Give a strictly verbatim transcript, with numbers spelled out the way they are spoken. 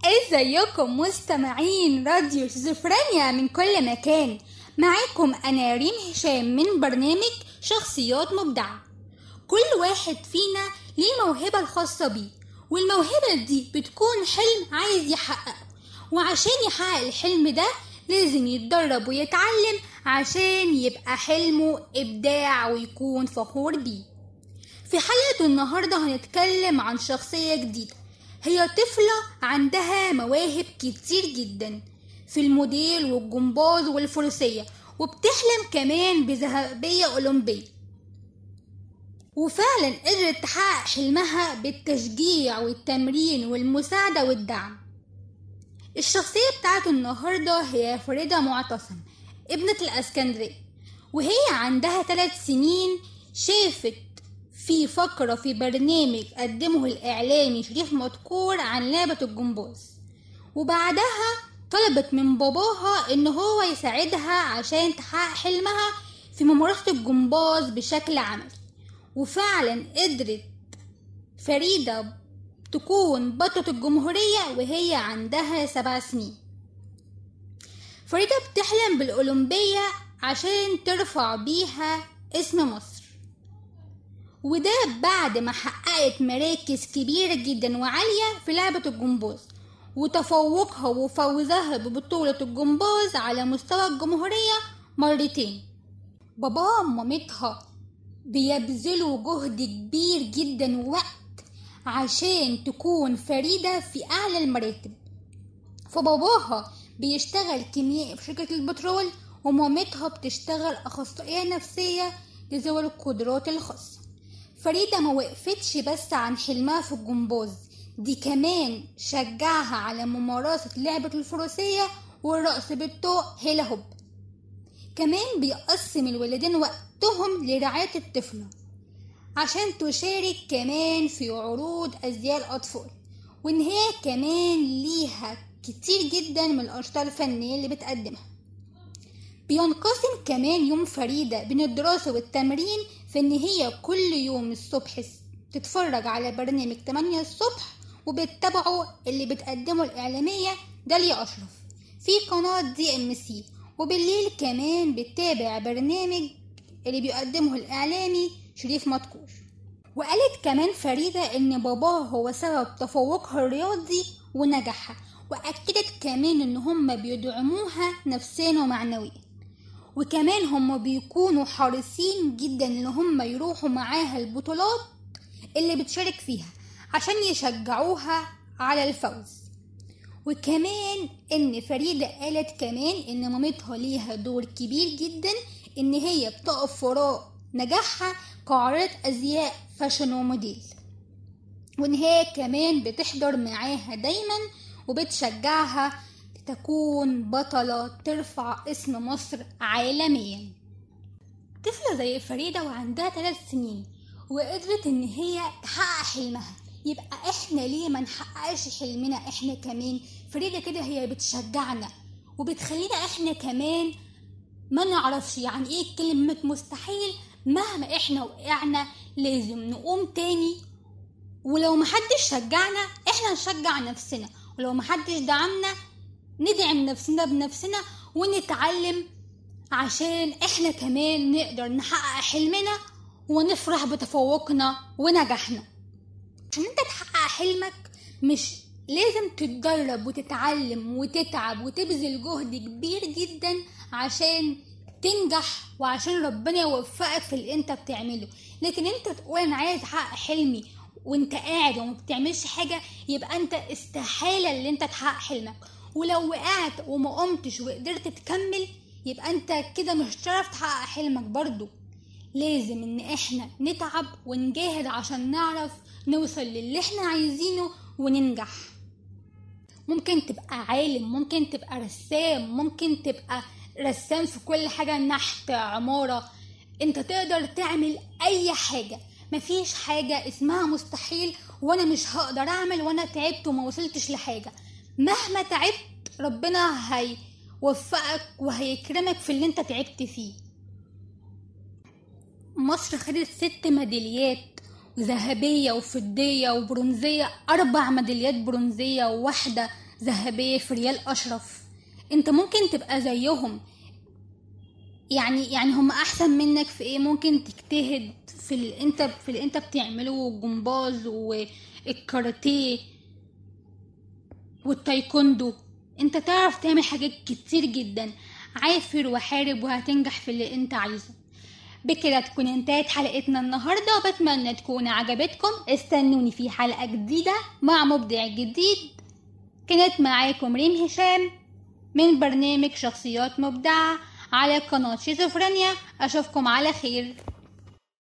ازيكم مستمعين راديو شيزوفرينيا من كل مكان. معاكم انا ريم هشام من برنامج شخصيات مبدعة. كل واحد فينا ليه الموهبة الخاصة بيه، والموهبة دي بتكون حلم عايز يحققه، وعشان يحقق الحلم ده لازم يتدرب ويتعلم عشان يبقى حلمه إبداع ويكون فخور بيه. في حلقة النهاردة هنتكلم عن شخصية جديدة، هي طفلة عندها مواهب كتير جدا في الموديل والجمباز والفروسية، وبتحلم كمان بذهبية أولمبية، وفعلا قدرت تحقق حلمها بالتشجيع والتمرين والمساعدة والدعم. الشخصية بتاعت النهاردة هي فريدة معتصم ابنة الاسكندرية، وهي عندها ثلاث سنين شافت في فقرة في برنامج قدمه الإعلامي شريف مدكور عن لعبة الجمباز، وبعدها طلبت من باباها إن هو يساعدها عشان تحقق حلمها في ممارسة الجمباز بشكل عملي. وفعلا قدرت فريدة تكون بطلة الجمهورية وهي عندها سبع سنين. فريدة بتحلم بالأولمبية عشان ترفع بيها اسم مصر، وده بعد ما حققت مراكز كبيرة جدا وعالية في لعبة الجمباز، وتفوقها وفوزها ببطولة الجمباز على مستوى الجمهورية مرتين. باباها ومامتها بيبذلوا جهد كبير جدا ووقت عشان تكون فريدة في أعلى المراتب. فباباها بيشتغل كيميائي في شركة البترول، ومامتها بتشتغل أخصائية نفسية لذوي القدرات الخاصة. فريدة ما وقفتش بس عن حلمها في الجمباز، دي كمان شجعها على ممارسة لعبة الفروسية والرقص بالطوق هيلا هوب. كمان بيقسم الولدين وقتهم لرعاية الطفلة عشان تشارك كمان في عروض أزياء الأطفال، وإن هي كمان ليها كتير جدا من الأنشطة الفنية اللي بتقدمها. بينقسم كمان يوم فريدة بين الدراسة والتمرين في إن هي كل يوم الصبح تتفرج على برنامج تمانية الصبح وبتتابعه اللي بتقدمه الإعلامية داليا أشرف في قناة دي ام سي، وبالليل كمان بتتابع برنامج اللي بيقدمه الإعلامي شريف مدكور. وقالت كمان فريدة إن باباها هو سبب تفوقها الرياضي ونجاحها، وأكدت كمان إن هم بيدعموها نفسيا ومعنويا، وكمان هم بيكونوا حريصين جدا إن هم يروحوا معاها البطولات اللي بتشارك فيها عشان يشجعوها على الفوز. وكمان إن فريدة قالت كمان إن مامتها ليها دور كبير جدا إن هي بتقف وراء نجاحها كعارضة أزياء فاشن وموديل، وإن هي كمان بتحضر معاها دايما وبتشجعها تكون بطلة ترفع اسم مصر عالميا. طفلة زي فريدة وعندها ثلاث سنين وقدرت إن هي تحقق حلمها، يبقى إحنا ليه ما نحققش حلمنا إحنا كمان؟ فريدة كده هي بتشجعنا وبتخلينا إحنا كمان ما نعرفش يعني إيه كلمة مستحيل. مهما إحنا وقعنا لازم نقوم تاني، ولو محدش شجعنا إحنا نشجع نفسنا، ولو محدش دعمنا ندعم نفسنا بنفسنا ونتعلم عشان إحنا كمان نقدر نحقق حلمنا ونفرح بتفوقنا ونجاحنا. عشان انت تحقق حلمك مش لازم تتدرب وتتعلم وتتعب وتبذل جهد كبير جدا عشان تنجح وعشان ربنا يوفقك في اللي انت بتعمله، لكن انت تقول انا عايز احقق حلمي وانت قاعد وما بتعملش حاجة، يبقى انت استحالة اللي انت تحقق حلمك. ولو وقعت وما قمتش وقدرت تكمل يبقى انت كده مش هتعرف تحقق حلمك برضو. لازم ان احنا نتعب ونجاهد عشان نعرف نوصل للي احنا عايزينه وننجح. ممكن تبقى عالم، ممكن تبقى رسام، ممكن تبقى رسام في كل حاجة، نحت، عمارة، انت تقدر تعمل اي حاجة. مفيش حاجة اسمها مستحيل وانا مش هقدر اعمل وانا تعبت وما وصلتش لحاجة. مهما تعبت ربنا هيوفقك وهيكرمك في اللي انت تعبت فيه. مصر خدت ست ميداليات ذهبية وفضية وبرونزية، أربع ميداليات برونزية وواحدة ذهبية في ريال أشرف. انت ممكن تبقى زيهم، يعني يعني هم احسن منك في ايه؟ ممكن تجتهد في ال... انت في اللي انت بتعمله، الجمباز والكاراتيه والتايكوندو. انت تعرف تعمل حاجات كتير جدا. عافر وحارب وهتنجح في اللي انت عايزه. بكده تكون انتهت حلقتنا النهاردة، وبتمنى تكون عجبتكم. استنوني في حلقة جديدة مع مبدع جديد. كانت معاكم ريم هشام من برنامج شخصيات مبدعة على قناة شيزوفرينيا. أشوفكم على خير.